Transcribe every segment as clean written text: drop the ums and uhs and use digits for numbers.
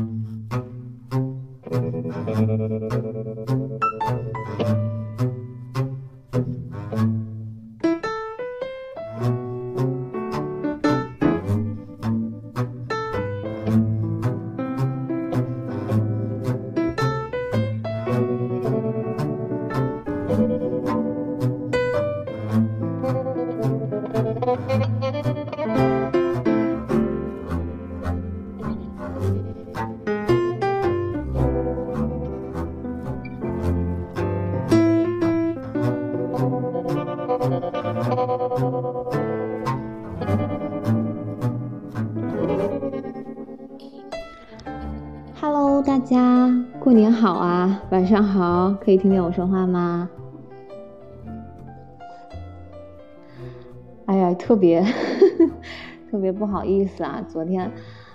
Hello， 大家过年好啊，晚上好，可以听见我说话吗？哎呀，特别不好意思啊，昨天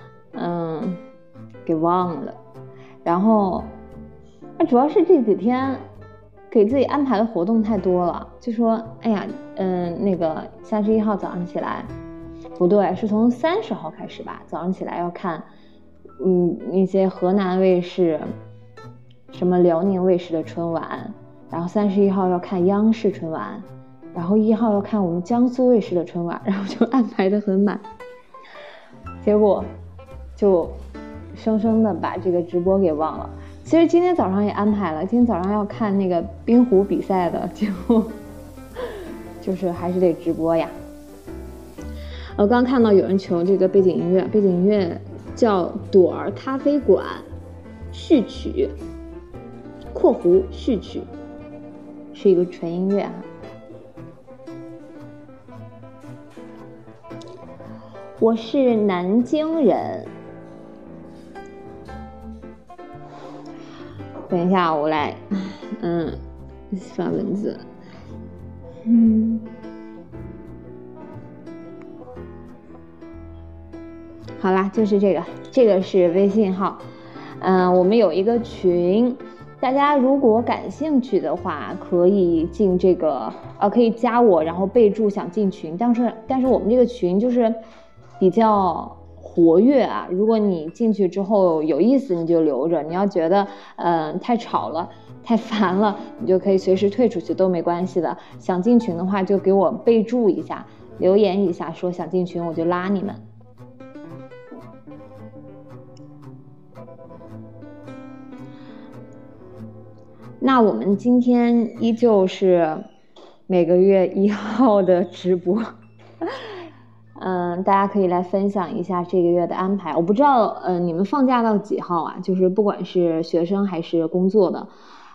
给忘了，然后主要是这几天给自己安排的活动太多了，就说哎呀，那个31号早上起来，不对，是从30号开始吧，早上起来要看一些河南卫视、什么辽宁卫视的春晚，然后31号要看央视春晚，然后1号要看我们江苏卫视的春晚，然后就安排得很满，结果就生生的把这个直播给忘了。其实今天早上也安排了，今天早上要看那个冰壶比赛的，结果就是还是得直播呀。我刚看到有人求这个背景音乐叫朵儿咖啡馆序曲括弧序曲，是一个纯音乐啊。我是南京人，等一下我来发文字。好啦，就是这个是微信号，我们有一个群，大家如果感兴趣的话，可以进这个可以加我，然后备注想进群。但是我们这个群就是比较活跃啊，如果你进去之后有意思，你就留着；你要觉得太吵了、太烦了，你就可以随时退出去，都没关系的。想进群的话，就给我备注一下，留言一下说想进群，我就拉你们。那我们今天依旧是每个月1号的直播，大家可以来分享一下这个月的安排。我不知道你们放假到几号啊？就是不管是学生还是工作的，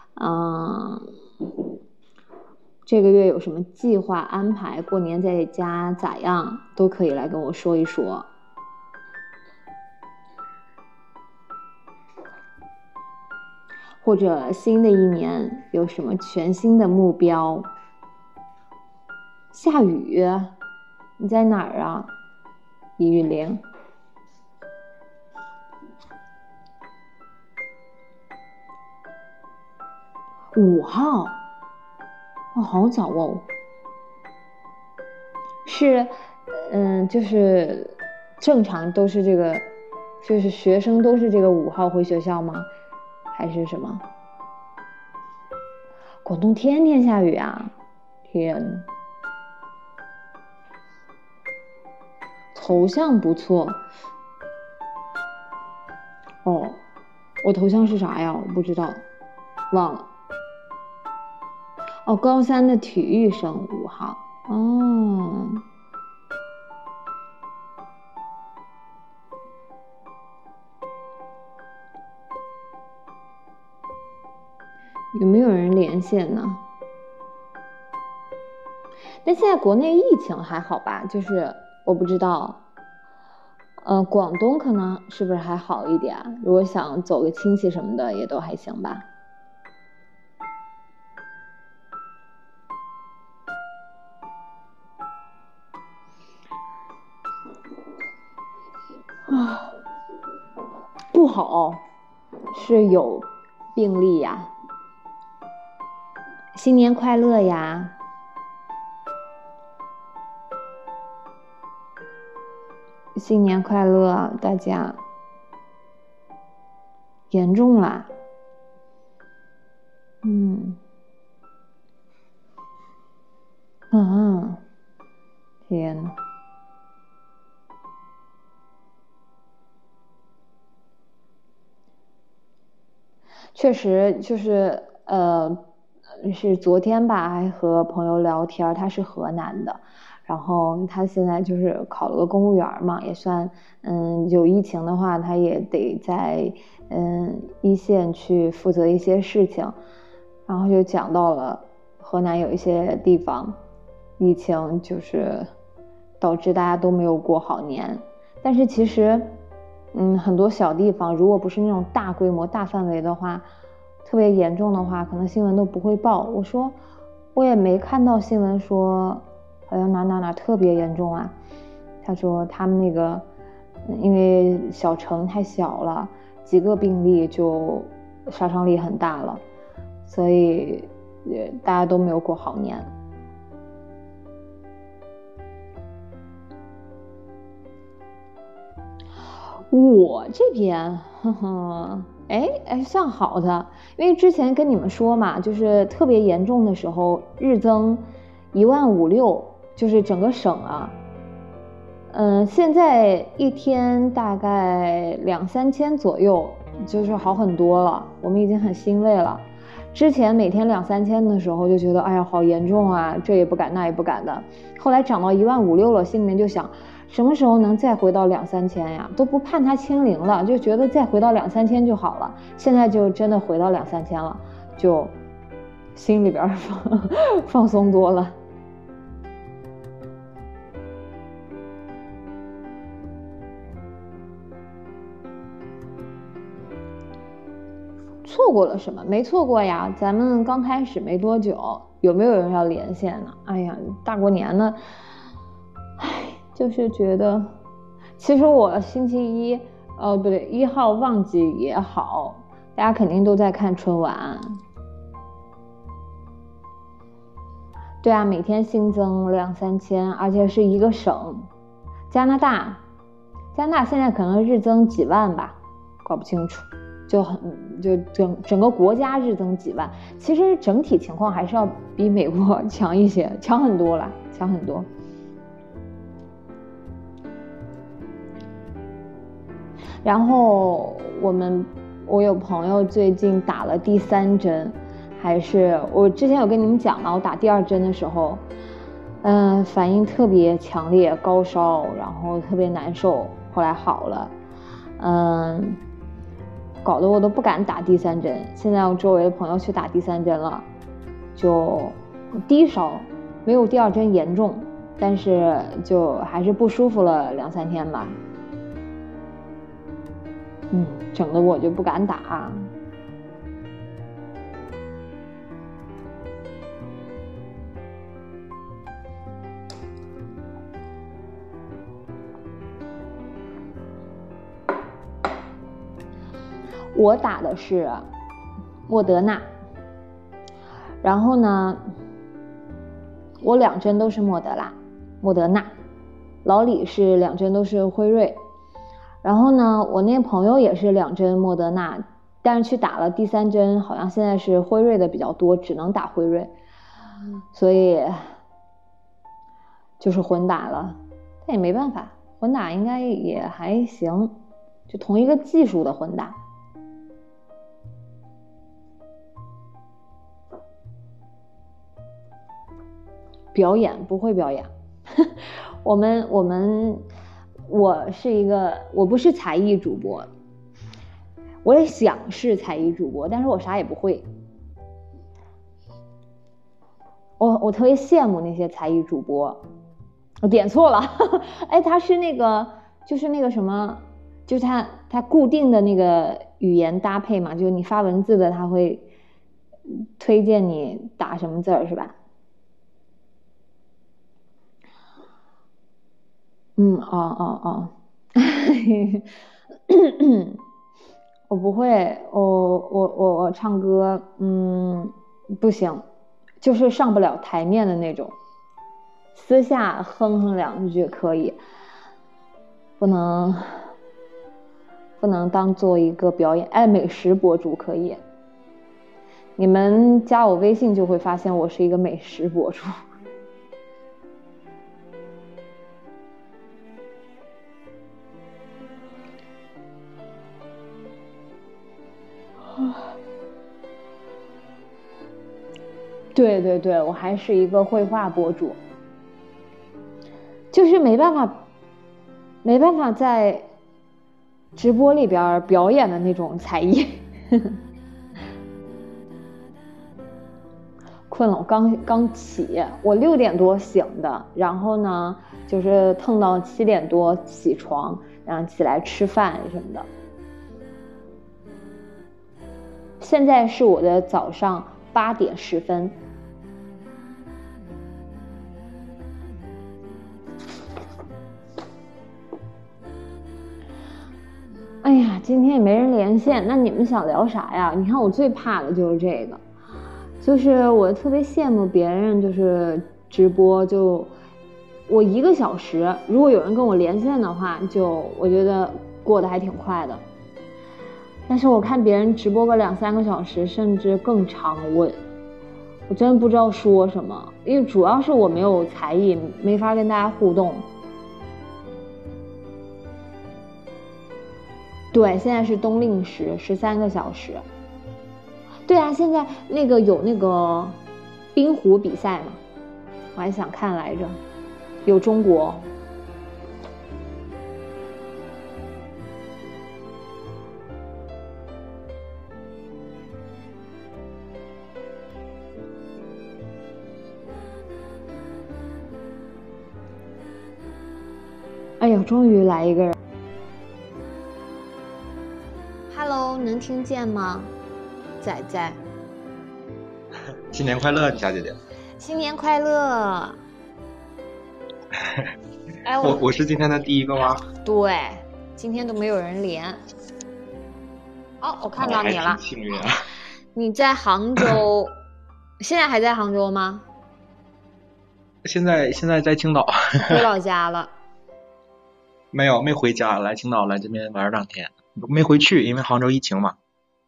这个月有什么计划安排？过年在家咋样？都可以来跟我说一说。或者新的一年有什么全新的目标？下雨，你在哪儿啊？易玉玲。5号，好早哦。是，就是正常都是这个，就是学生都是这个5号回学校吗？还是什么？广东天天下雨啊！天，头像不错。我头像是啥呀？我不知道，忘了。高3的体育生5号。有没有人连线呢？但现在国内疫情还好吧？就是我不知道，广东可能是不是还好一点？如果想走个亲戚什么的，也都还行吧。不好，是有病例呀。新年快乐呀！新年快乐，大家！ 严重啦。天呐，确实就是是昨天吧，还和朋友聊天，他是河南的，然后他现在就是考了个公务员嘛，也算有疫情的话，他也得在一线去负责一些事情，然后就讲到了河南有一些地方疫情就是导致大家都没有过好年，但是其实很多小地方如果不是那种大规模大范围的话，特别严重的话，可能新闻都不会报。我说我也没看到新闻说好像哪特别严重啊。他说他们那个因为小城太小了，几个病例就杀伤力很大了，所以大家都没有过好年。我这边算好的，因为之前跟你们说嘛，就是特别严重的时候日增15600，就是整个省啊。现在一天大概2-3千左右，就是好很多了，我们已经很欣慰了。之前每天2-3千的时候就觉得哎呀好严重啊，这也不敢那也不敢的，后来涨到15600了，心里面就想什么时候能再回到2-3千呀，都不盼它清零了，就觉得再回到2-3千就好了。现在就真的回到2-3千了，就心里边放松多了。错过了什么？没错过呀，咱们刚开始没多久，有没有人要连线呢？哎呀，大过年的，就是觉得，其实我星期1号忘记也好，大家肯定都在看春晚。对啊，每天新增2-3千，而且是一个省。加拿大现在可能日增几万吧，搞不清楚。就整个国家日增几万，其实整体情况还是要比美国强一些，强很多了，强很多。然后我有朋友最近打了第3针，还是我之前有跟你们讲了，我打第2针的时候，反应特别强烈，高烧，然后特别难受，后来好了，搞得我都不敢打第3针。现在我周围的朋友去打第3针了，就低烧，没有第2针严重，但是就还是不舒服了2-3天吧。整的我就不敢打。我打的是莫德纳，然后呢，我2针都是莫德纳，老李是2针都是辉瑞，然后呢，我那朋友也是2针莫德纳，但是去打了第3针，好像现在是辉瑞的比较多，只能打辉瑞，所以就是混打了，但也没办法，混打应该也还行，就同一个技术的混打。表演不会表演，我不是才艺主播，我也想是才艺主播，但是我啥也不会。我特别羡慕那些才艺主播，我点错了，他是那个就是那个什么，就是他固定的那个语言搭配嘛，就是你发文字的他会推荐你打什么字儿是吧？我不会，我唱歌，不行，就是上不了台面的那种，私下哼2句可以，不能不能当做一个表演，美食博主可以。你们加我微信就会发现我是一个美食博主。对对对，我还是一个绘画博主，就是没办法在直播里边表演的那种才艺。困了，我刚起，我6点多醒的，然后呢就是腾到7点多起床，然后起来吃饭什么的。现在是我的早上8点10分。哎呀，今天也没人连线，那你们想聊啥呀？你看我最怕的就是这个，就是我特别羡慕别人，就是直播就我1个小时，如果有人跟我连线的话，就我觉得过得还挺快的。但是我看别人直播个2、3个小时，甚至更长，我真不知道说什么，因为主要是我没有才艺，没法跟大家互动。对，现在是冬令时13个小时。对啊，现在那个有那个冰壶比赛嘛，我还想看来着，有中国。哎呦，终于来一个人。Hello， 能听见吗？仔。 新年快乐，佳姐姐。 新年快乐。哎， 我是今天的第一个吗？ 对，今天都没有人连。哦，我看到你了。 幸运啊！ 你在杭州，现在还在杭州吗？ 现在在青岛。 回老家了？ 没回家，来青岛来这边玩2天，没回去，因为杭州疫情嘛。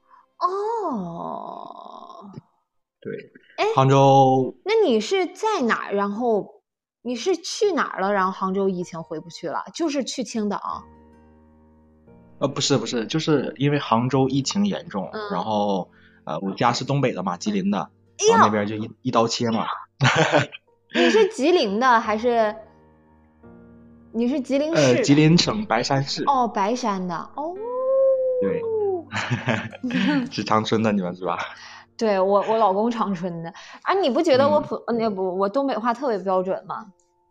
哦。 对。杭州。 那你是在哪儿？然后你是去哪儿了？然后杭州疫情回不去了，就是去青岛？ 不是，就是因为杭州疫情严重，然后我家是东北的嘛，吉林的，然后那边就一刀切嘛。 你是吉林的还是？你是吉林市？ 吉林省白山市。 哦，白山的哦。 对。是长春的，你们是吧？ 对，我老公长春的啊。你不觉得我东北话特别标准吗？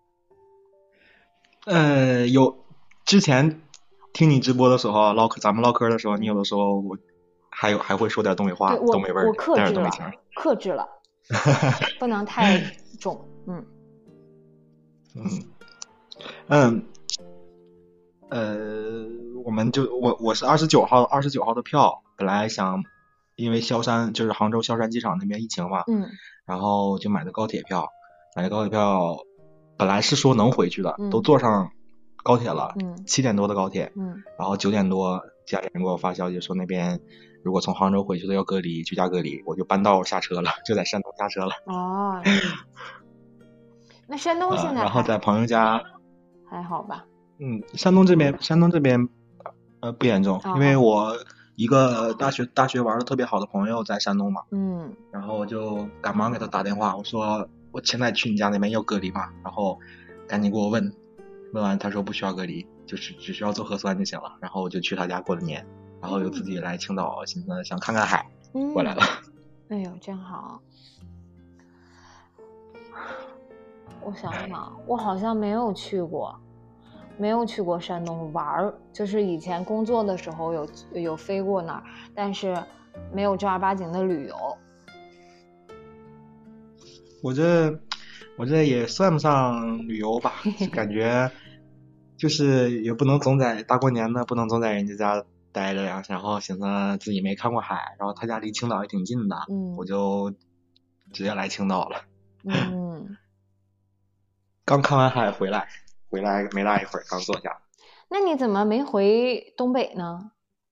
有之前听你直播的时候咱们唠嗑的时候，你有的时候我还会说点东北话，东北味儿， 我克制了，不能太重。 我们就我是29号的票，本来想因为萧山就是杭州萧山机场那边疫情嘛，然后就买的高铁票，本来是说能回去的，都坐上高铁了，7点多的高铁，然后9点多家里人给我发消息说那边如果从杭州回去的要隔离，居家隔离，我就搬道下车了，就在山东下车了。 哦。那山东现在然后在朋友家还好吧？ 山东这边不严重，因为我一个大学玩的特别好的朋友在山东嘛，然后我就赶忙给他打电话，我说我现在去你家那边要隔离嘛，然后赶紧给我问完，他说不需要隔离，就是只需要做核酸就行了，然后我就去他家过了年，然后又自己来青岛，寻思想看看海，过来了。 哎呦，真好。我想想，我好像没有去过山东玩，就是以前工作的时候有飞过那儿，但是没有正儿八经的旅游。 我这也算不上旅游吧，感觉就是也不能总在大过年的，不能总在人家家待着呀，然后寻思自己没看过海，然后他家离青岛也挺近的，我就直接来青岛了。刚看完海回来没大一会儿，刚坐下。 那你怎么没回东北呢？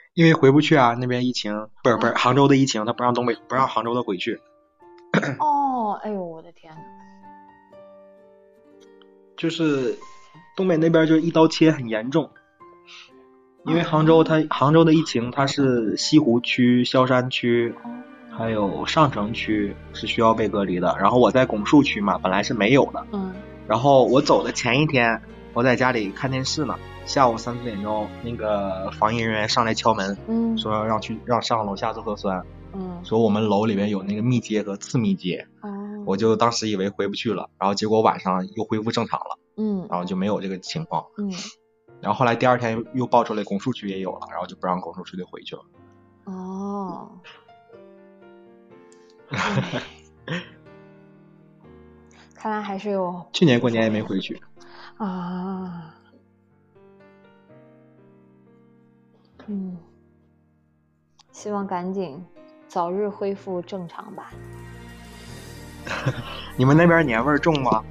因为回不去啊，那边疫情不是杭州的疫情，他不让杭州的回去。 哦，哎呦我的天哪！ 就是东北那边就一刀切很严重，因为杭州的疫情它是西湖区、萧山区还有上城区是需要被隔离的，然后我在拱墅区嘛，本来是没有的。然后我走的前一天我在家里看电视呢，下午3、4点钟那个防疫人员上来敲门，说让上楼下做核酸，说我们楼里面有那个密接和次密接。我就当时以为回不去了，然后结果晚上又恢复正常了，然后就没有这个情况。然后后来第2天又爆出来拱墅区也有了，然后就不让拱墅区的回去了。 看来还是有。 去年过年也没回去啊。希望赶紧早日恢复正常吧。 你们那边年味重吗？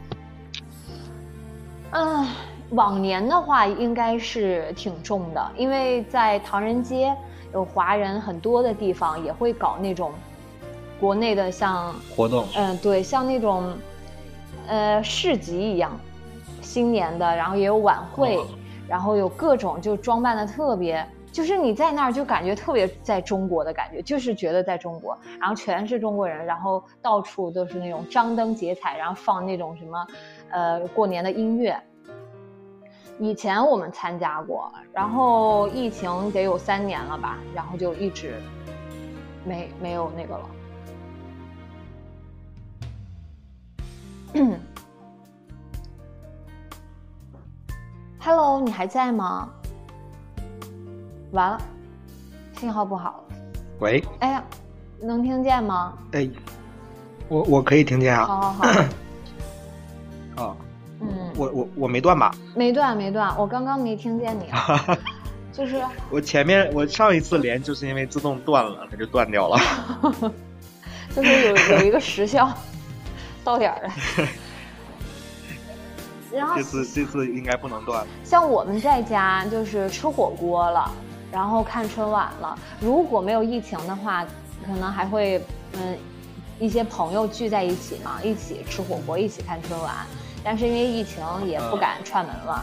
往年的话应该是挺重的，因为在唐人街有华人很多的地方也会搞那种国内的像活动， 对，像那种市集一样，新年的，然后也有晚会，然后有各种就装扮的特别，就是你在那儿就感觉特别在中国的感觉，就是觉得在中国，然后全是中国人，然后到处都是那种张灯结彩，然后放那种什么过年的音乐。以前我们参加过，然后疫情得有3年了吧，然后就一直没有那个了。Hello， 你还在吗？完了，信号不好。 喂。 哎呀，能听见吗？ 哎，我可以听见啊。 好。 啊。我没断吧？ 没断，我刚刚没听见你。就是我上一次连就是因为自动断了，它就断掉了。 就是有一个时效到点了。然后这次应该不能断了。 像我们在家就是吃火锅了，然后看春晚了。如果没有疫情的话，可能还会一些朋友聚在一起嘛，一起吃火锅，一起看春晚。但是因为疫情也不敢串门了。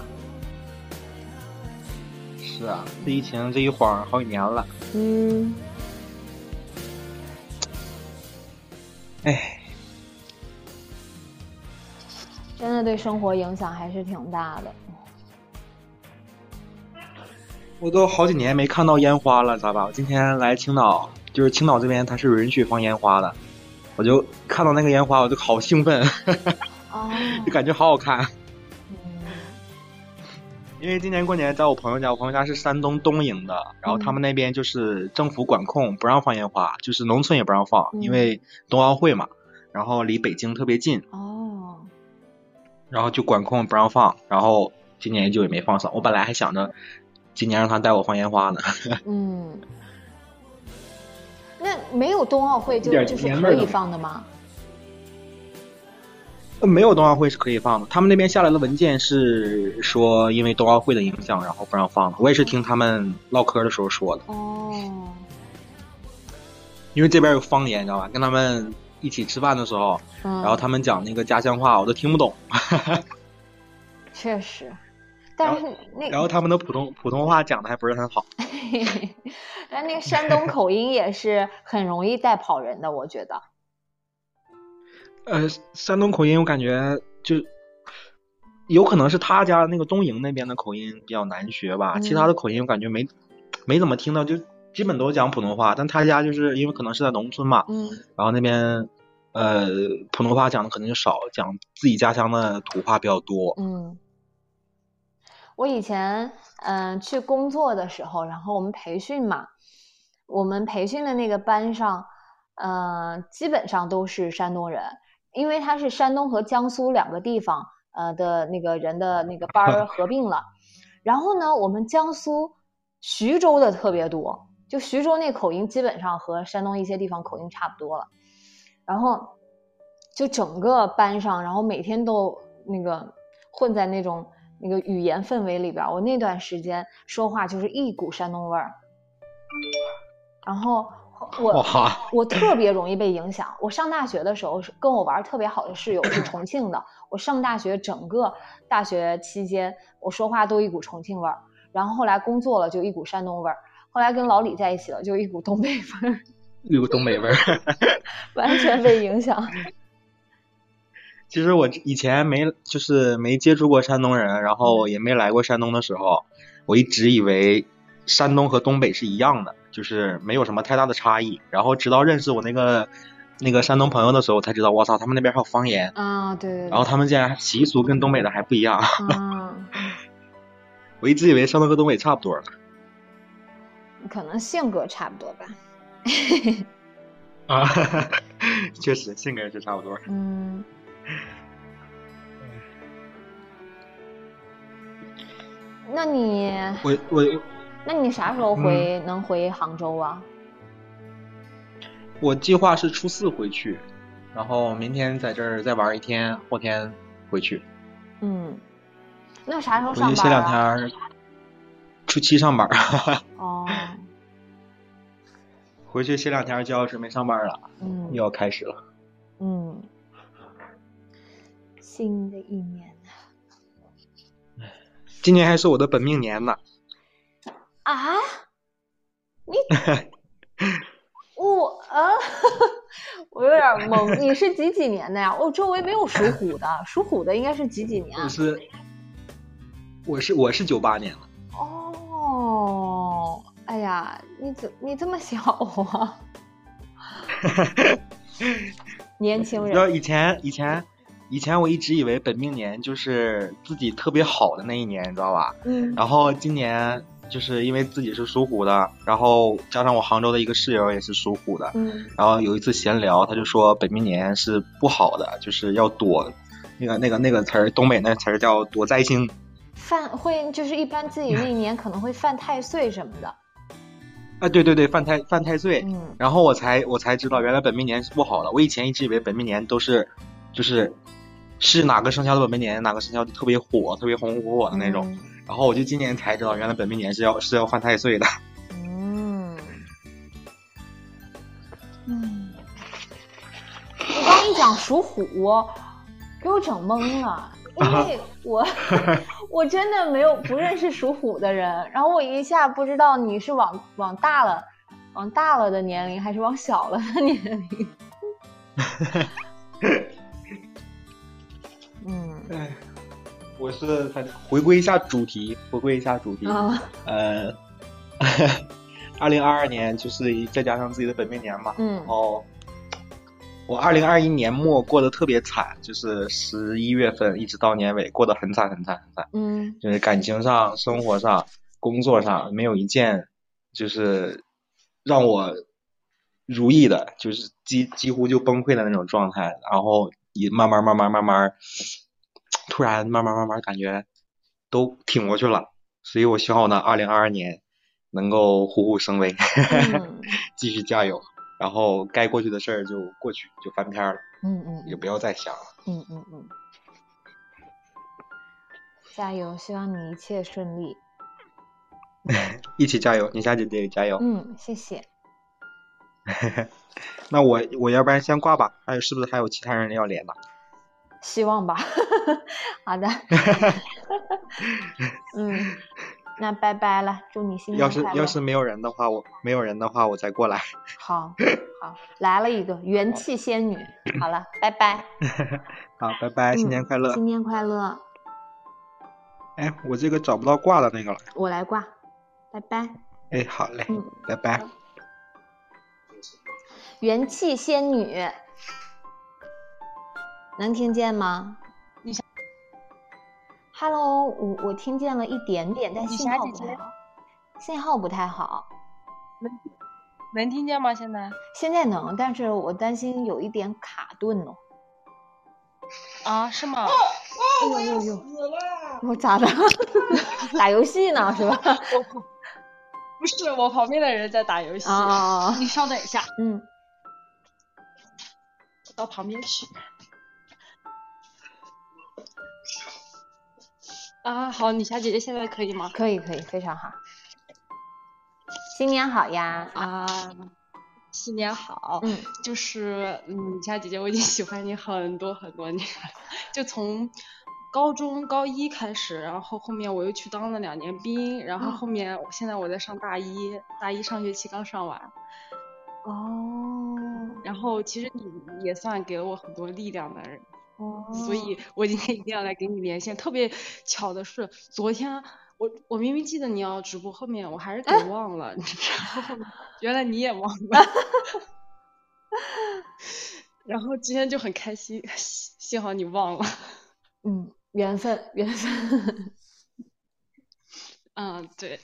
是啊，这疫情这一晃好几年了。哎， 真的对生活影响还是挺大的。 我都好几年没看到烟花了，知道吧？我今天来青岛，就是青岛这边它是允许放烟花的，我就看到那个烟花，我就好兴奋。就感觉好好看。因为今年过年在我朋友家是山东东营的，然后他们那边就是政府管控不让放烟花，就是农村也不让放，因为冬奥会嘛，然后离北京特别近。然后就管控不让放，然后今年就也没放上。我本来还想着今年让他带我放烟花呢。 那没有冬奥会就是可以放的吗？ 没有冬奥会是可以放的，他们那边下来的文件是说因为冬奥会的影响然后不让放的，我也是听他们唠嗑的时候说的。因为这边有方言，你知道吧，跟他们一起吃饭的时候，然后他们讲那个家乡话我都听不懂。 确实，但是然后他们的普通话讲的还不是很好。 但那个山东口音也是很容易带跑人的，我觉得。 山东口音我感觉就有可能是他家那个东营那边的口音比较难学吧，其他的口音我感觉没怎么听到，就基本都讲普通话，但他家就是因为可能是在农村嘛，然后那边普通话讲的可能就少，讲自己家乡的土话比较多。 我以前去工作的时候，然后我们培训嘛，我们培训的那个班上基本上都是山东人，因为他是山东和江苏2个地方的那个人的那个班合并了。然后呢，我们江苏徐州的特别多，就徐州那口音基本上和山东一些地方口音差不多了。然后就整个班上，然后每天都那个混在那个语言氛围里边，我那段时间说话就是一股山东味儿。 然后我特别容易被影响。我上大学的时候跟我玩特别好的室友是重庆的，我上大学整个大学期间我说话都一股重庆味儿，然后后来工作了就一股山东味儿，后来跟老李在一起了就一股东北味儿， 一股东北味儿， 完全被影响。 其实我以前没接触过山东人，然后也没来过山东的时候，我一直以为山东和东北是一样的，就是没有什么太大的差异。然后直到认识我那个山东朋友的时候，才知道，我操，他们那边还有方言啊，对。 然后他们竟然习俗跟东北的还不一样。我一直以为山东和东北差不多了。 可能性格差不多吧。 啊，确实性格是差不多。 那你那你啥时候能回杭州啊？ 我计划是初4回去，然后明天在这儿再玩一天，后天回去。 那啥时候上班啊？ 回去歇2天，初7上班。 哦。 回去歇2天就要准备上班了，又要开始了。 新的一年。 今年还是我的本命年呢。 啊？你我有点懵，你是几年的呀？我周围没有属虎的，属虎的应该是几年？ 我是98年的。 哦，哎呀，你这么小啊？年轻人。 知道以前我一直以为本命年就是自己特别好的那一年，你知道吧？然后今年就是因为自己是属虎的，然后加上我杭州的一个室友也是属虎的，然后有一次闲聊，他就说本命年是不好的，就是要躲那个词儿，东北那词儿叫躲灾星。 就是一般自己那一年可能会犯太岁什么的。 啊，对，犯太岁。然后我才知道原来本命年是不好的。我以前一直以为本命年都是是哪个生肖的本命年，哪个生肖就特别火，特别红红火火的那种。然后我就今年才知道，原来本命年是要犯太岁的。 你刚一讲属虎，给我整懵了，因为我真的不认识属虎的人，然后我一下不知道你是往大了的年龄，还是往小了的年龄。 我是回归一下主题。2022年就是再加上自己的本命年嘛。然后我2021年末过得特别惨，就是11月份一直到年尾过得很惨。就是感情上、生活上、工作上没有一件就是让我如意的，就是几乎就崩溃的那种状态。然后也慢慢突然慢慢感觉都挺过去了，所以我希望我的2022年能够虎虎生威。继续加油，然后该过去的事儿就过去，就翻篇了。也不要再想了。 加油，希望你一切顺利。 一起加油，你夏姐姐加油。 谢谢。 那我要不然先挂吧，是不是还有其他人要连呢？ 希望吧。好的。那拜拜了，祝你新年快乐。 要是没有人的话，我再过来。 好，来了一个元气仙女。好了，拜拜。 好，拜拜，新年快乐。 新年快乐。 哎，我这个找不到挂的那个了。 我来挂，拜拜。 哎，好嘞，拜拜。 元气仙女，能听见吗？Hello， 我听见了一点点，但信号不太好。 能听见吗？现在能，但是我担心有一点卡顿哦。 啊，是吗？ 哎呦，我咋的？打游戏呢是吧？ 不是，我旁边的人在打游戏。你稍等一下。到旁边去。好，你夏姐姐现在可以吗？ 可以，非常好。新新年好呀！ 新年好。就是佳姐姐，我已经喜欢你很多很多年了，就从高中高一开始，然后后面我又去当了2年兵，然后后面现在我在上大一上学期刚上完。然后其实你也算给了我很多力量的人，所以我今天一定要来给你连线。特别巧的是，昨天我明明记得你要直播，后面我还是给忘了，你知道吗？原来你也忘了。然后今天就很开心，幸好你忘了。 缘分。 对。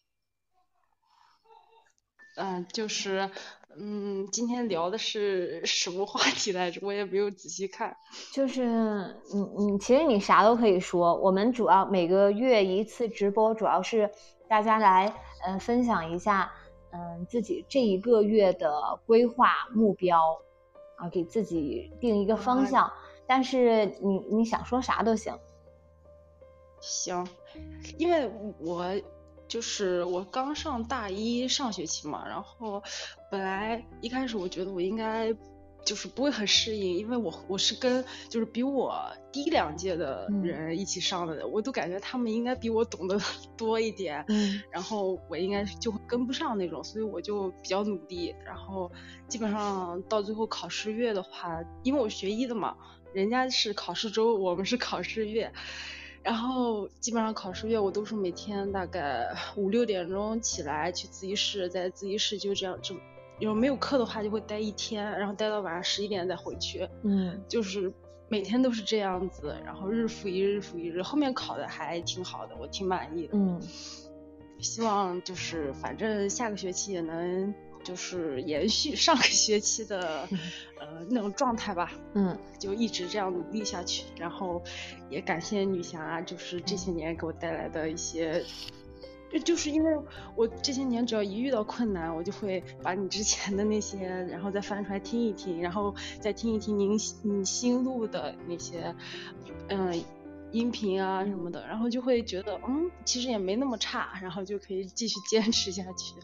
就是今天聊的是什么话题来着？我也没有仔细看。 就是其实你啥都可以说。我们主要每个月一次直播，主要是大家来分享一下自己这一个月的规划目标啊，给自己定一个方向。但是你想说啥都行。 行，因为我刚上大一上学期嘛，然后本来一开始我觉得我应该就是不会很适应，因为我是跟就是比我低2届的人一起上的，我都感觉他们应该比我懂得多一点，然后我应该就会跟不上那种，所以我就比较努力，然后基本上到最后考试月的话，因为我学医的嘛，人家是考试周，我们是考试月。然后基本上考试月我都是每天大概5、6点钟起来去自习室，在自习室就这样有没有课的话就会待1天，然后待到晚上11点再回去。就是每天都是这样子，然后日复一日，后面考的还挺好的，我挺满意的。希望就是反正下个学期也能就是延续上个学期的那种状态吧。就一直这样努力下去，然后也感谢女侠就是这些年给我带来的一些就是因为我这些年只要一遇到困难，我就会把你之前的那些然后再翻出来听一听，然后再听一听你新录的那些音频啊什么的，然后就会觉得其实也没那么差，然后就可以继续坚持下去。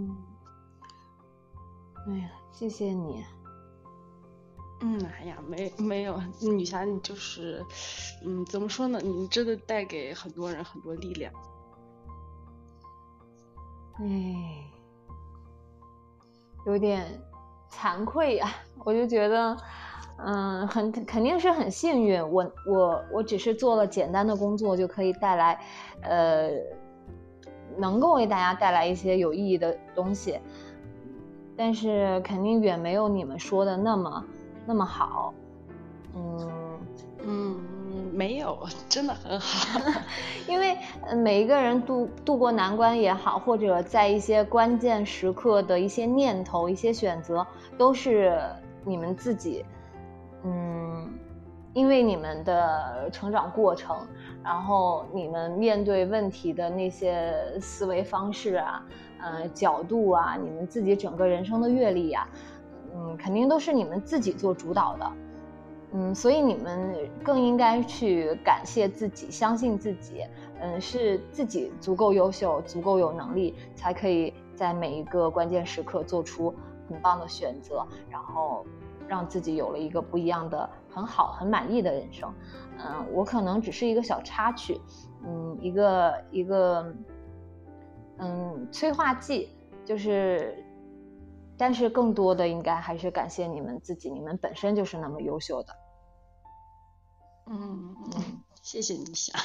哎呀，谢谢你。 哎呀，没有，女侠你就是怎么说呢，你真的带给很多人很多力量。 有点惭愧呀，我就觉得肯定是很幸运，我只是做了简单的工作就可以带来能够为大家带来一些有意义的东西，但是肯定远没有你们说的那么好。 没有，真的很好。 因为每一个人度过难关也好，或者在一些关键时刻的一些念头、一些选择，都是你们自己因为你们的成长过程，然后你们面对问题的那些思维方式啊角度啊，你们自己整个人生的阅历啊肯定都是你们自己做主导的。所以你们更应该去感谢自己，相信自己，是自己足够优秀，足够有能力，才可以在每一个关键时刻做出很棒的选择，然后让自己有了一个不一样的、很好、很满意的人生。我可能只是一个小插曲，一个催化剂，就是。但是更多的应该还是感谢你们自己，你们本身就是那么优秀的。 谢谢你霞。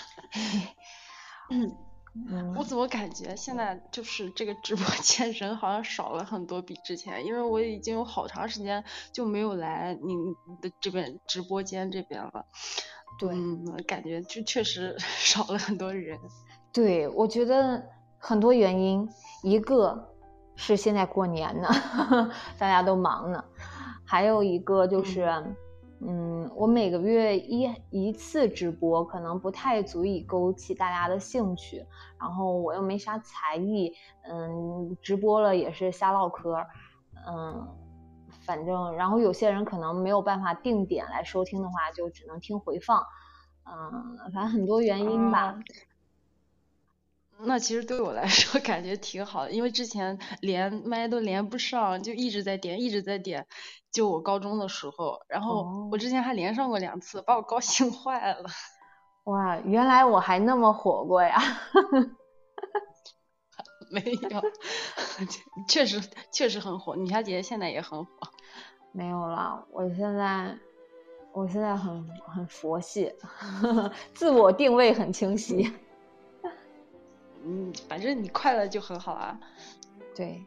我怎么感觉现在就是这个直播间人好像少了很多比之前，因为我已经有好长时间就没有来你的这边直播间这边了。 对， 感觉就确实少了很多人。 对，我觉得很多原因，一个是现在过年呢大家都忙呢，还有一个就是我每个月一次直播可能不太足以勾起大家的兴趣，然后我又没啥才艺，直播了也是瞎唠嗑，反正然后有些人可能没有办法定点来收听的话，就只能听回放，反正很多原因吧。 那其实对我来说感觉挺好的，因为之前连麦都连不上，就一直在点，一直在点。就我高中的时候，然后我之前还连上过2次，把我高兴坏了。 哇，原来我还那么火过呀！ 没有，确实很火。女侠姐姐现在也很火。 没有了，我现在很佛系，自我定位很清晰。 反正你快乐就很好啊。 对，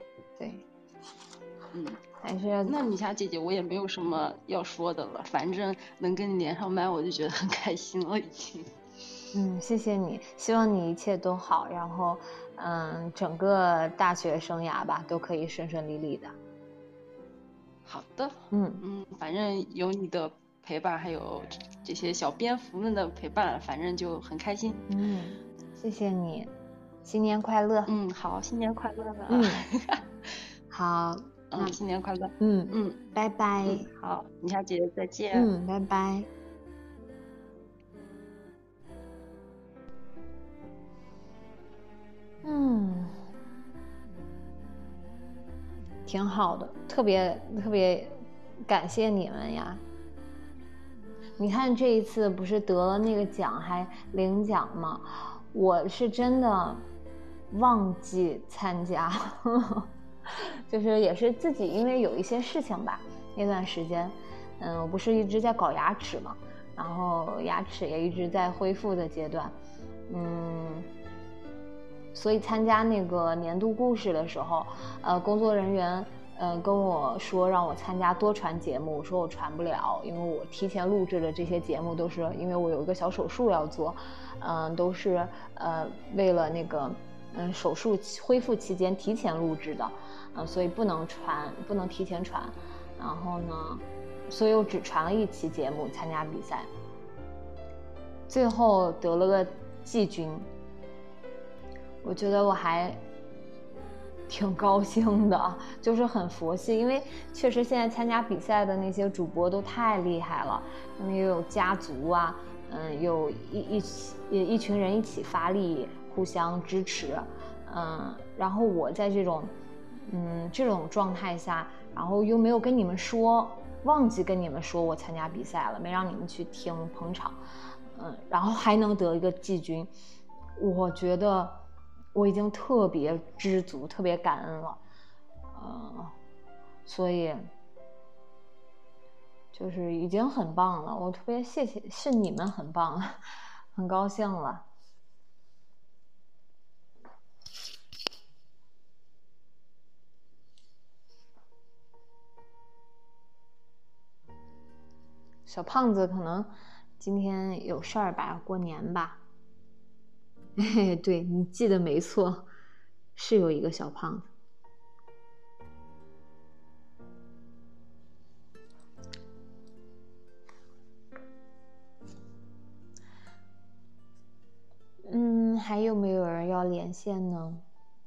还是那女侠姐姐我也没有什么要说的了，反正能跟你连上麦，我就觉得很开心了已经。 谢谢你，希望你一切都好，然后整个大学生涯吧都可以顺顺利利的。 好的，反正有你的陪伴，还有这些小蝙蝠们的陪伴，反正就很开心。 谢谢你，新年快乐。 好，新年快乐。 好， 那新年快乐。 拜拜。 好，女侠姐姐再见。 拜拜。挺好的，特别感谢你们呀！你看这一次不是得了那个奖还领奖吗？我是真的忘记参加，就是也是自己因为有一些事情吧，那段时间，我不是一直在搞牙齿嘛，然后牙齿也一直在恢复的阶段，所以参加那个年度故事的时候，工作人员跟我说让我参加多传节目，我说我传不了，因为我提前录制的这些节目都是因为我有一个小手术要做，都是为了那个手术恢复期间提前录制的，所以不能提前传，然后呢，所以我只传了1期节目参加比赛，最后得了个季军。我觉得我还挺高兴的，就是很佛系，因为确实现在参加比赛的那些主播都太厉害了，他们又有家族啊，有一群人一起发力，互相支持，然后我在这种状态下，然后又没有跟你们说，忘记跟你们说我参加比赛了，没让你们去听捧场，然后还能得一个季军，我觉得我已经特别知足，特别感恩了，所以就是已经很棒了，我特别谢谢，是你们很棒，很高兴了。小胖子可能今天有事儿吧，过年吧。对，你记得没错，是有一个小胖子。还有没有人要连线呢？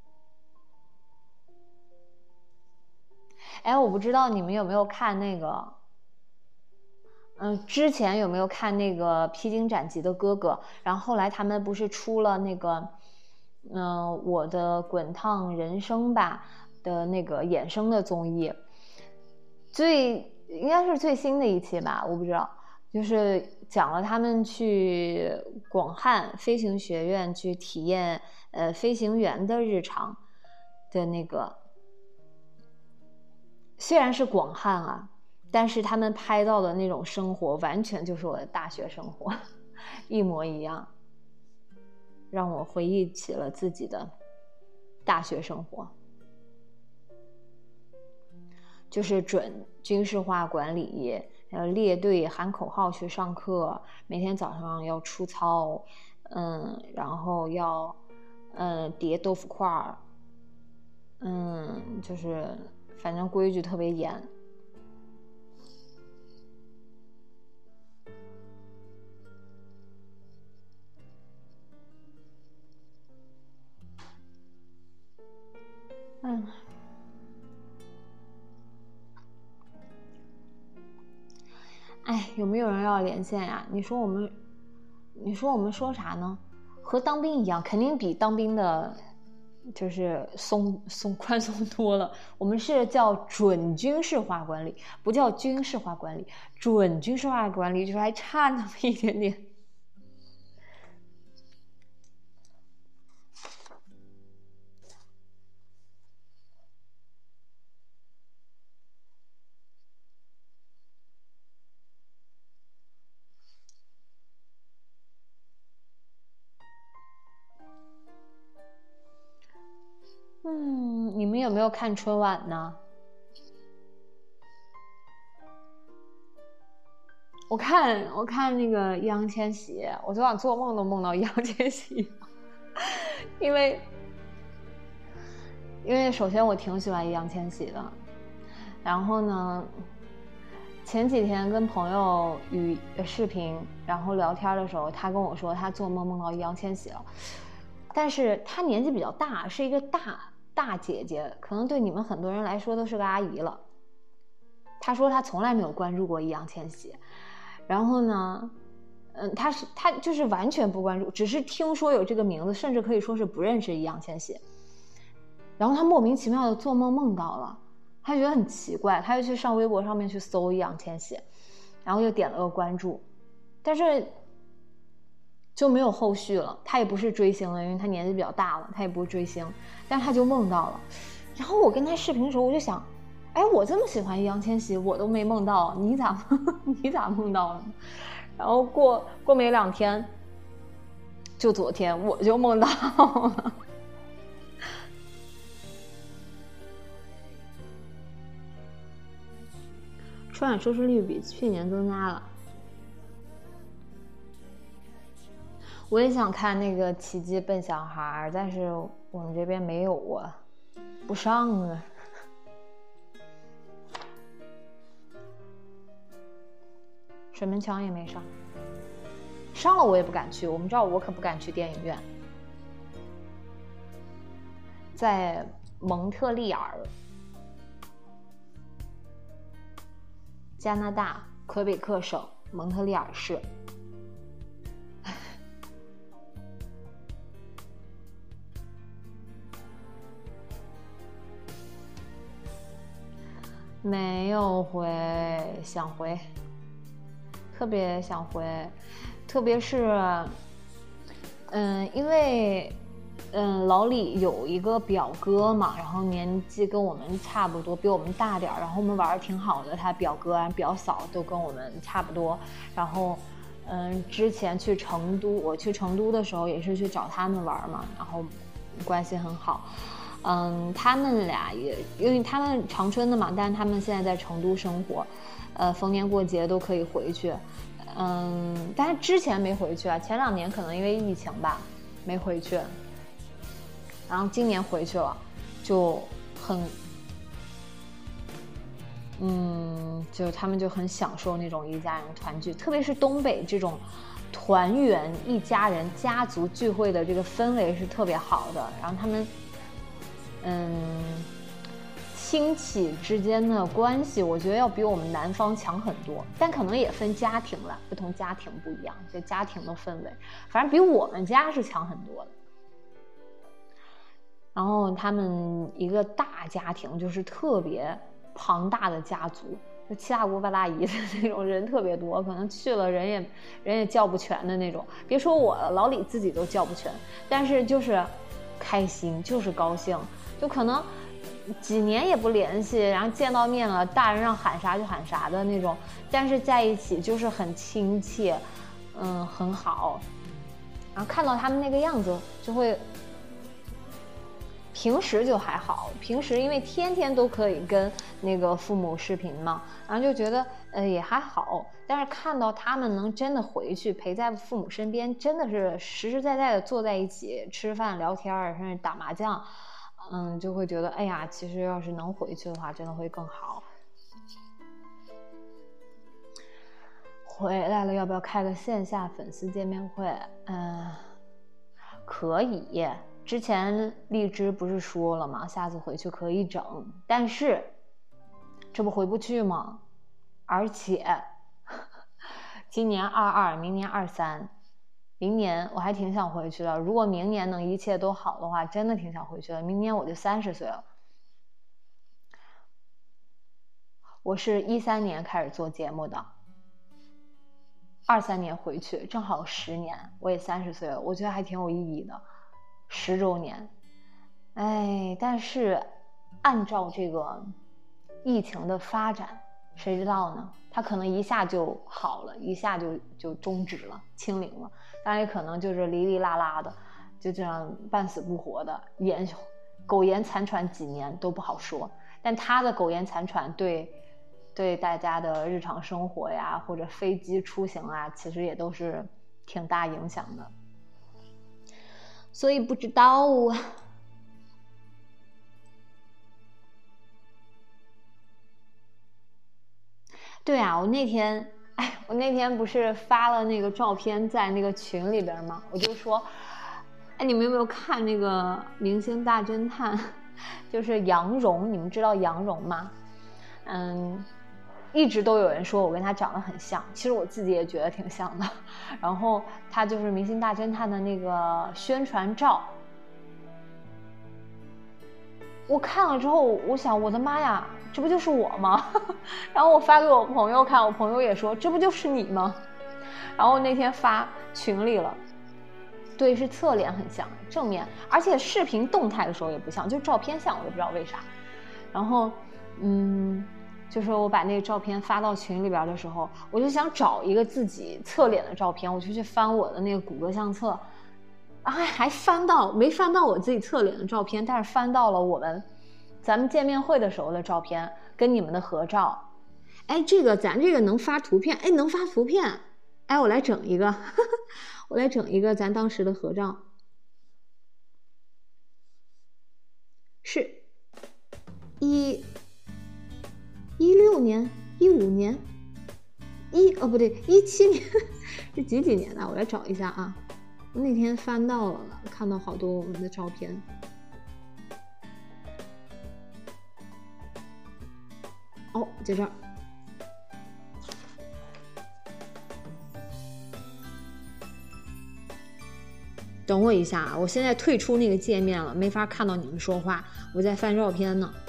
哎，我不知道你们有没有看那个，之前有没有看那个《披荆斩棘的哥哥》？然后后来他们不是出了那个，我的滚烫人生吧的那个衍生的综艺，应该是最新的一期吧，我不知道，就是讲了他们去广汉飞行学院去体验飞行员的日常的那个，虽然是广汉啊，但是他们拍到的那种生活完全就是我的大学生活，一模一样，让我回忆起了自己的大学生活，就是准军事化管理，列队喊口号去上课，每天早上要出操，然后要叠豆腐块，就是反正规矩特别严。哎，有没有人要连线呀？你说我们说啥呢？ 和当兵一样，肯定比当兵的就是宽松多了。我们是叫准军事化管理，不叫军事化管理。准军事化管理就是还差那么一点点。你们有没有看春晚呢？我看那个易烊千玺，我昨晚做梦都梦到易烊千玺，因为首先我挺喜欢易烊千玺的，然后呢，前几天跟朋友视频，然后聊天的时候，他跟我说他做梦梦到易烊千玺了，但是他年纪比较大，是一个大姐姐，可能对你们很多人来说都是个阿姨了。他说他从来没有关注过易烊千玺，然后呢，他就是完全不关注，只是听说有这个名字，甚至可以说是不认识易烊千玺。然后他莫名其妙的做梦梦到了，他觉得很奇怪，他就去上微博上面去搜易烊千玺，然后又点了个关注，但是就没有后续了。他也不是追星了，因为他年纪比较大了，他也不是追星，但他就梦到了。然后我跟他视频的时候，我就想，哎，我这么喜欢易烊千玺，我都没梦到，你咋梦到了呢？然后过没2天，就昨天我就梦到了。春晚收视率比去年增加了。我也想看那个奇迹笨小孩，但是我们这边没有啊，不上啊。水门桥也没上，上了我也不敢去。我们知道我可不敢去电影院。在蒙特利尔，加拿大魁北克省蒙特利尔市。没有回，想回，特别想回，特别是，因为，老李有一个表哥嘛，然后年纪跟我们差不多，比我们大点儿，然后我们玩的挺好的，他表哥啊表嫂都跟我们差不多，然后，之前去成都，我去成都的时候也是去找他们玩嘛，然后关系很好。他们俩也因为他们长春的嘛，但是他们现在在成都生活，逢年过节都可以回去，但是之前没回去啊，前2年可能因为疫情吧没回去，然后今年回去了，就很，就他们就很享受那种一家人团聚，特别是东北这种团圆一家人家族聚会的这个氛围是特别好的，然后他们。亲戚之间的关系，我觉得要比我们南方强很多，但可能也分家庭了，不同家庭不一样，这家庭的氛围，反正比我们家是强很多的。然后他们一个大家庭，就是特别庞大的家族，就7大姑8大姨的那种人特别多，可能去了人也叫不全的那种。别说我了，老李自己都叫不全，但是就是开心，就是高兴。就可能几年也不联系，然后见到面了，大人让喊啥就喊啥的那种，但是在一起就是很亲切，很好。然后看到他们那个样子，就会平时就还好，平时因为天天都可以跟那个父母视频嘛，然后就觉得也还好。但是看到他们能真的回去陪在父母身边，真的是实实在在的坐在一起吃饭聊天，甚至打麻将。就会觉得，哎呀，其实要是能回去的话，真的会更好。回来了，要不要开个线下粉丝见面会？可以。之前荔枝不是说了吗？下次回去可以整，但是这不回不去吗？而且今年22，明年23， 明年我还挺想回去的，如果明年能一切都好的话，真的挺想回去的。明年我就30岁了。我是13年开始做节目的，23年回去，正好10年，我也30岁了，我觉得还挺有意义的，10周年。但是按照这个疫情的发展，谁知道呢？它可能一下就好了，一下就终止了，清零了。当然也可能就是哩哩啦啦的，就这样半死不活的苟延残喘几年都不好说。但它的苟延残喘对大家的日常生活呀，或者飞机出行啊，其实也都是挺大影响的。所以不知道啊。对啊，我那天不是发了那个照片在那个群里边吗？我就说，你们有没有看那个《明星大侦探》？就是杨蓉，你们知道杨蓉吗？一直都有人说我跟他长得很像，其实我自己也觉得挺像的。然后他就是《明星大侦探》的那个宣传照，我看了之后，我想我的妈呀，这不就是我吗？然后我发给我朋友看，我朋友也说这不就是你吗？然后那天发群里了，对，是侧脸很像，正面，而且视频动态的时候也不像，就照片像，我也不知道为啥。然后就是我把那个照片发到群里边的时候，我就想找一个自己侧脸的照片，我就去翻我的那个谷歌相册，还没翻到我自己侧脸的照片，但是翻到了咱们见面会的时候的照片，跟你们的合照。咱这个能发图片，能发图片，我来整一个，我来整一个咱当时的合照，是16年、15年、不对，17年，是几年的？我来找一下啊。我那天翻到了，看到好多我们的照片。在这儿。等我一下啊，我现在退出那个界面了，没法看到你们说话，我在翻照片呢。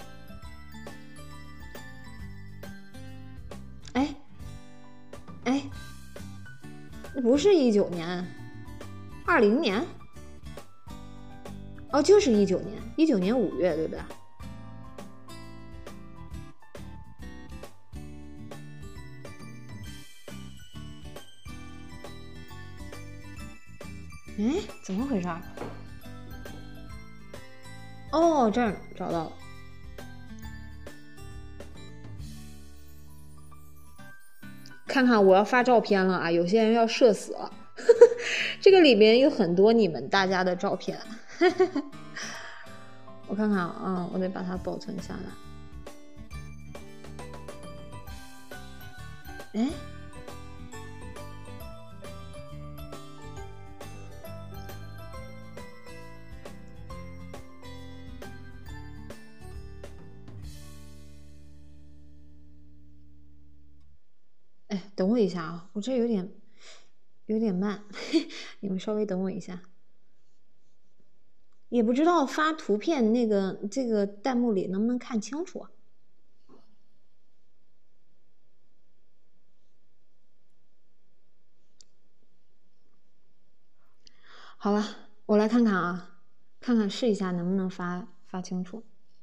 不是19年，20年，就是19年5月，对不对？怎么回事？这儿找到了。看看我要发照片了啊！有些人要社死了，这个里面有很多你们大家的照片。我看看啊，我得把它保存下来。等我一下啊，我这有点慢，你们稍微等我一下。也不知道发图片这个弹幕里能不能看清楚啊？好了，我来看看啊，看看试一下能不能发清楚。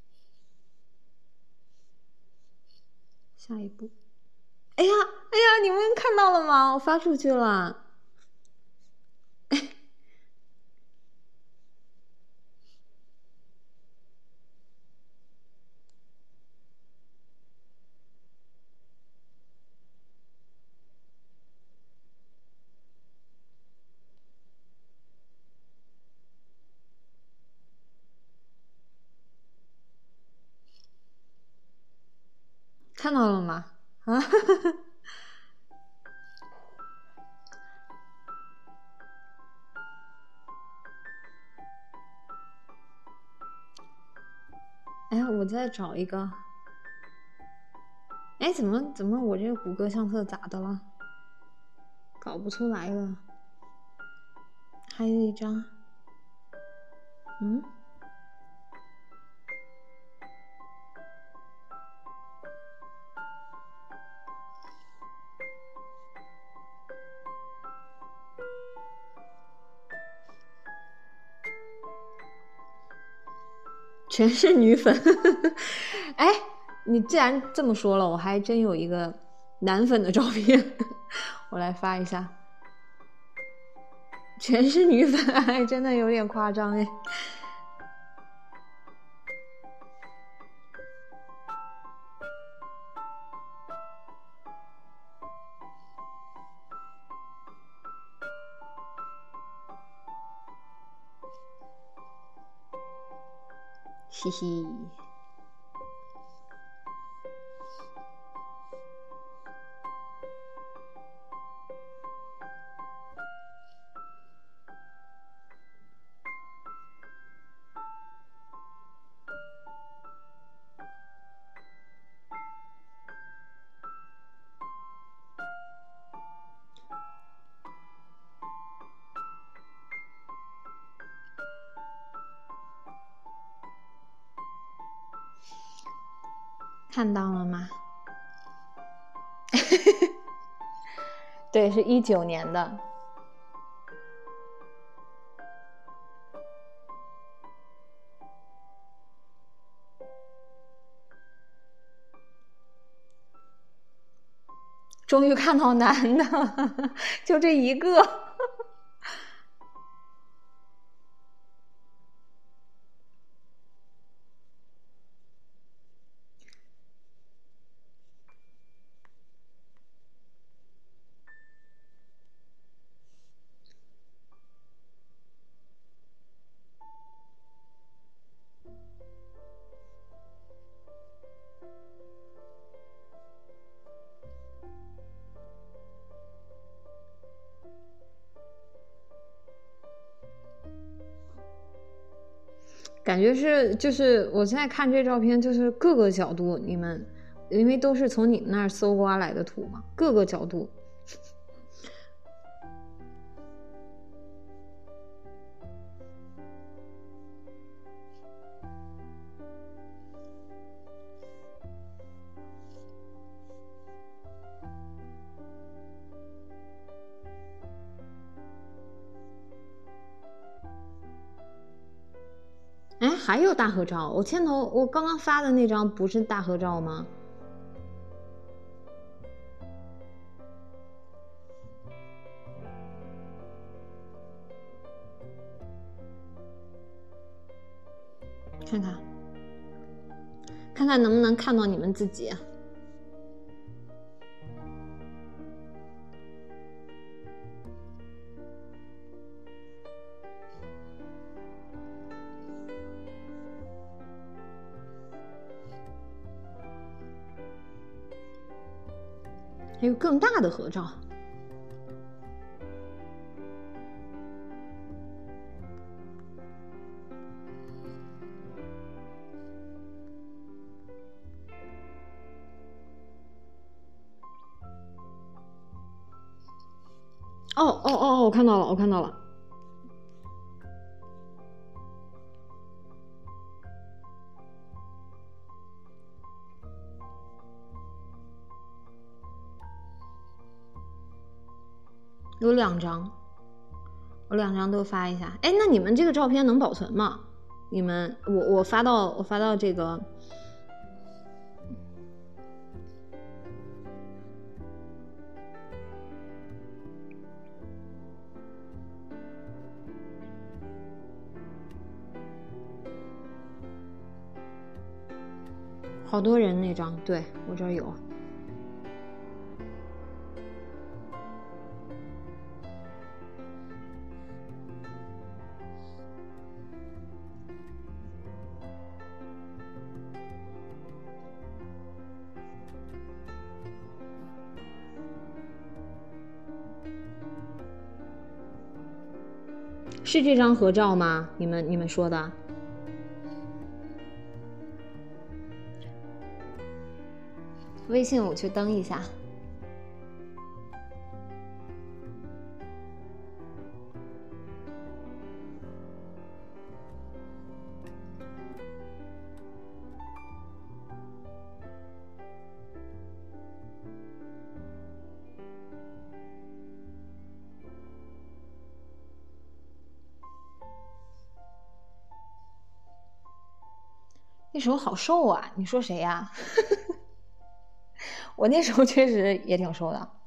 下一步。哎呀，你们看到了吗？我发出去了。看到了吗？啊，我再找一个。怎么我这个谷歌相册咋的了？搞不出来了。 还有一张，全是女粉。哎，你既然这么说了，我还真有一个男粉的照片，我来发一下。全是女粉，哎，真的有点夸张哎。嘻嘻。看到了吗？对，是19年的。终于看到男的，就这一个。感觉是，就是我现在看这照片，就是各个角度，你们因为都是从你们那儿搜刮来的图嘛，各个角度。哎，还有大合照！我刚刚发的那张不是大合照吗？看看能不能看到你们自己。还有更大的合照。哦，我看到了。有2张，我2张都发一下。哎，那你们这个照片能保存吗？你们，我发到这个。好多人那张，对，我这儿有。是这张合照吗？你们说的？微信我去登一下。 那时候好瘦啊，你说谁呀？我那时候确实也挺瘦的。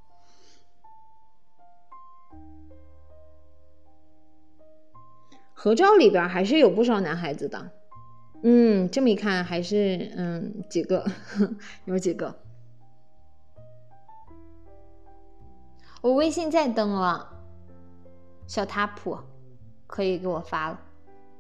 合照里边还是有不少男孩子的。这么一看还是几个有几个。我微信再登了，小塔普可以给我发了。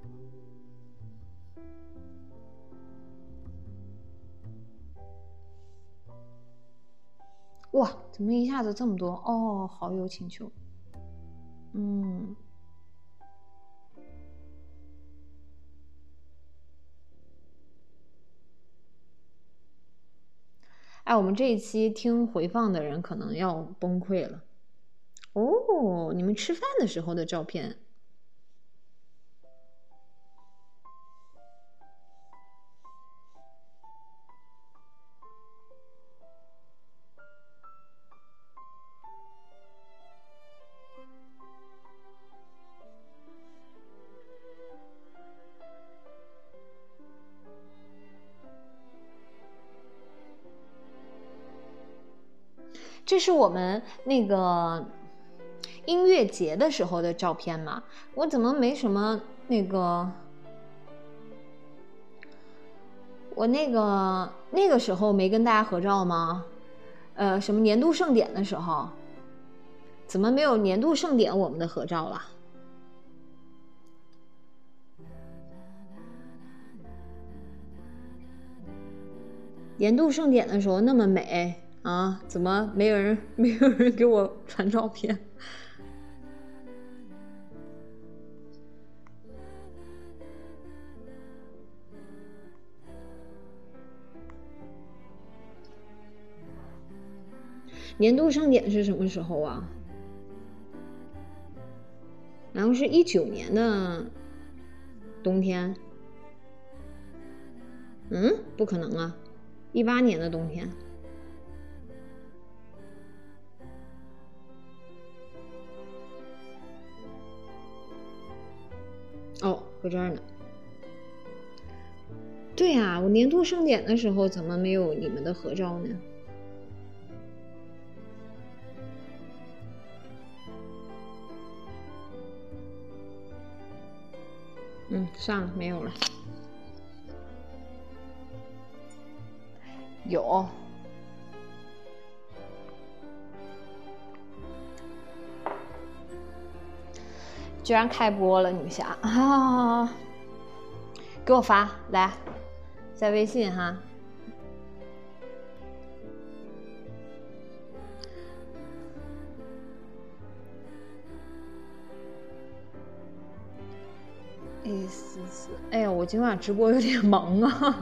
哇，怎么一下子这么多？哦，好友请求。哎，我们这一期听回放的人可能要崩溃了。哦，你们吃饭的时候的照片。这是我们那个音乐节的时候的照片吗？我怎么没什么那个？我那个时候没跟大家合照吗？什么年度盛典的时候，怎么没有年度盛典我们的合照了？年度盛典的时候那么美啊，怎么没有人给我传照片？年度盛典是什么时候啊？然后是19年的冬天。不可能啊，18年的冬天。哦，搁这儿呢。对呀，我年度盛典的时候怎么没有你们的合照呢？算了，没有了。有。居然开播了，女侠啊！给我发来，在微信哈。哎呀，我今晚直播有点忙啊。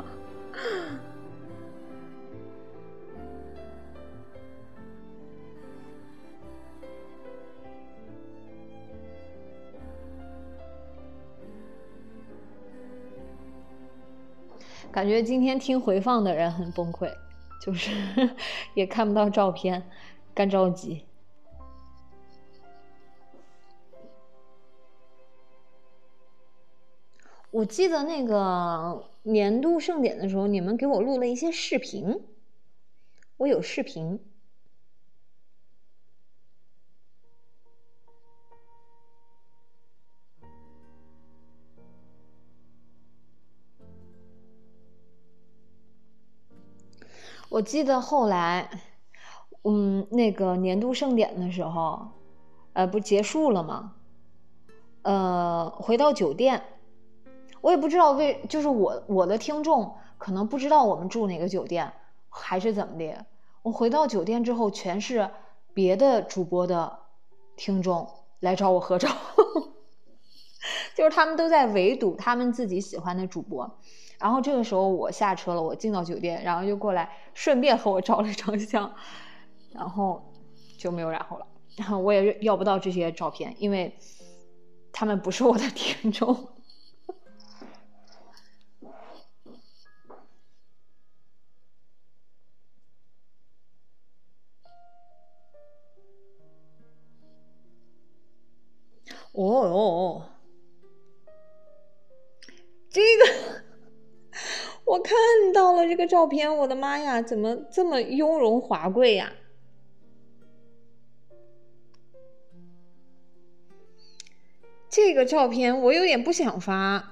感觉今天听回放的人很崩溃，就是也看不到照片，干着急。我记得那个年度盛典的时候，你们给我录了一些视频，我有视频。我记得后来，那个年度盛典的时候，不结束了吗？回到酒店，我也不知道就是我的听众可能不知道我们住哪个酒店，还是怎么的。我回到酒店之后，全是别的主播的听众来找我合照，就是他们都在围堵他们自己喜欢的主播。然后这个时候我下车了，我进到酒店，然后就过来顺便和我照了张相，然后就没有然后了。然后我也要不到这些照片，因为他们不是我的听众。哦，这个我刚到了这个照片，我的妈呀，怎么这么雍容华贵呀？这个照片我有点不想发，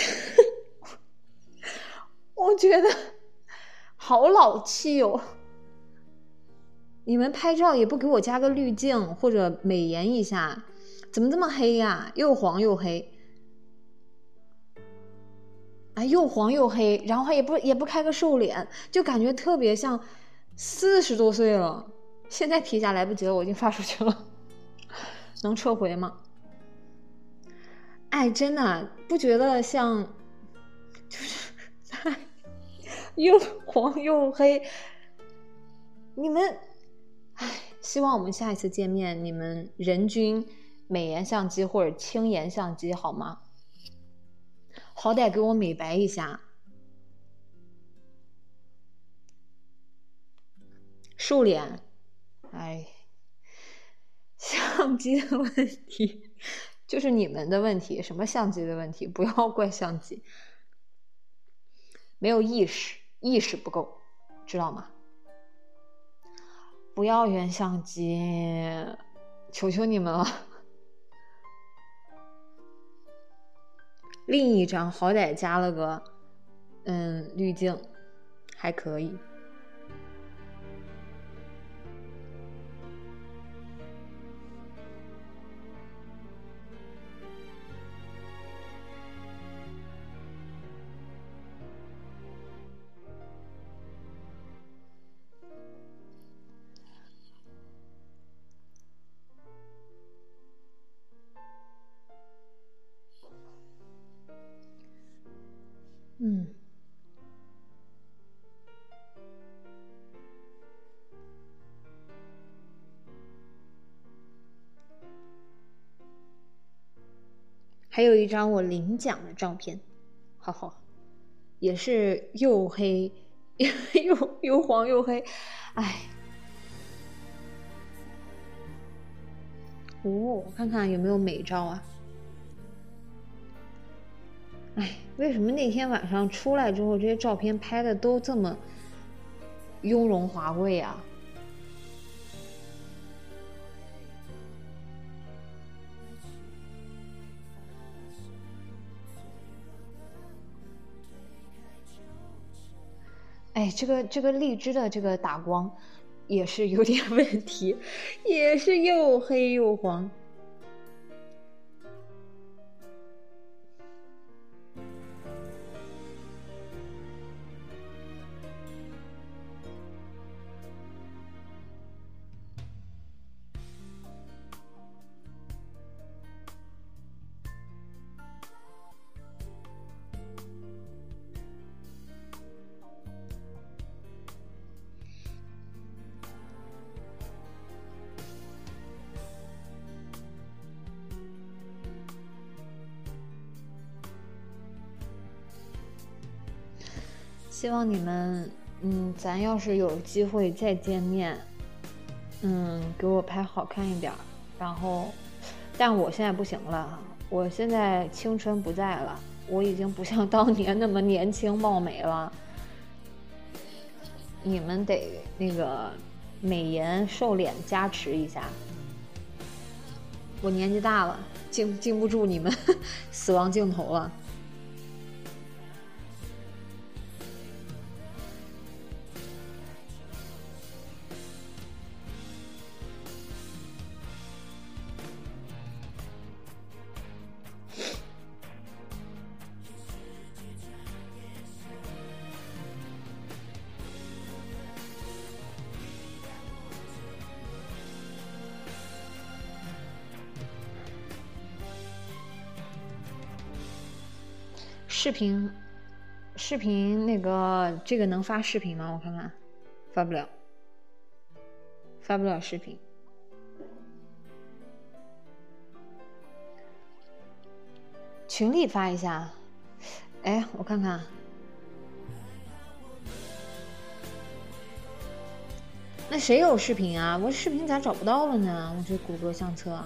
我觉得好老气哦。你们拍照也不给我加个滤镜或者美颜一下，怎么这么黑呀？又黄又黑。又黄又黑，然后还也不开个瘦脸，就感觉特别像40多岁了。现在提下来不及了，我已经发出去了，能撤回吗？真的不觉得像，就是又黄又黑。你们，希望我们下一次见面，你们人均美颜相机或者轻颜相机好吗？好歹给我美白一下。瘦脸，相机的问题就是你们的问题，什么相机的问题？不要怪相机，没有意识不够，知道吗？不要原相机，求求你们了。另一张好歹加了个滤镜，还可以。还有一张我领奖的照片，好，也是又黑又黄又黑，我看看有没有美照啊。为什么那天晚上出来之后，这些照片拍的都这么雍容华贵啊？这个荔枝的这个打光也是有点问题，也是又黑又黄。希望你们，咱要是有机会再见面，给我拍好看一点，然后，但我现在不行了，我现在青春不在了，我已经不像当年那么年轻貌美了。你们得那个美颜瘦脸加持一下，我年纪大了，经不住你们死亡镜头了。视频那个这个能发视频吗？我看看，发不了视频。群里发一下，我看看，那谁有视频啊？我视频咋找不到了呢？我这谷歌相册。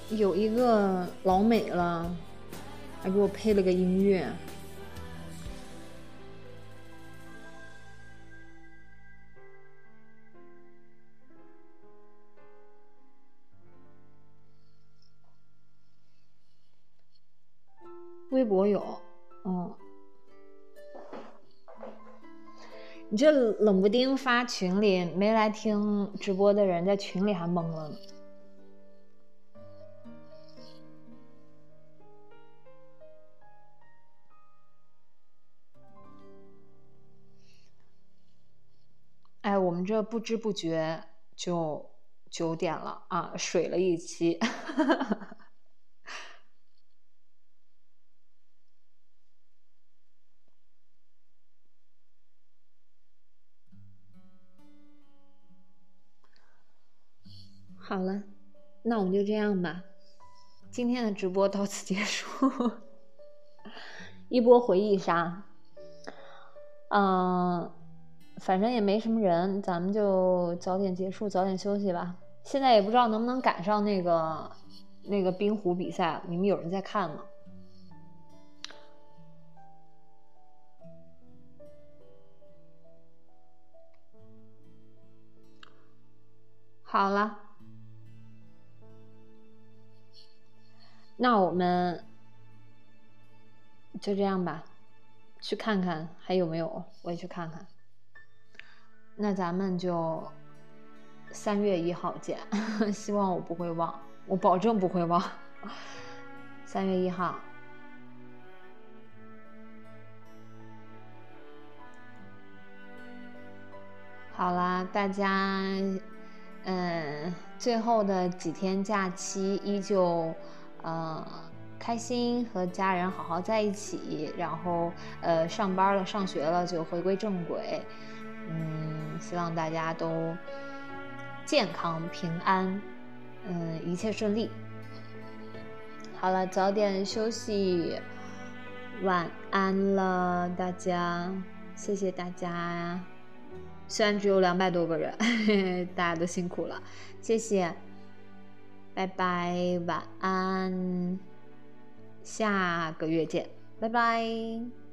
有一个老美了，还给我配了个音乐。微博有，你这冷不丁发群里，没来听直播的人在群里还懵了呢。哎，我们这不知不觉就9点了啊，水了一期。好了，那我们就这样吧，今天的直播到此结束。一波回忆杀，反正也没什么人，咱们就早点结束，早点休息吧。现在也不知道能不能赶上那个冰壶比赛，你们有人在看吗？好了，那我们就这样吧，去看看还有没有，我也去看看。那咱们就3月1号见，希望我不会忘，我保证不会忘。3月1号。好啦，大家，最后的几天假期依旧，开心和家人好好在一起，然后上班了上学了就回归正轨，希望大家都健康平安，一切顺利。好了，早点休息，晚安了大家，谢谢大家。虽然只有200多个人，大家都辛苦了，谢谢，拜拜，晚安，下个月见，拜拜。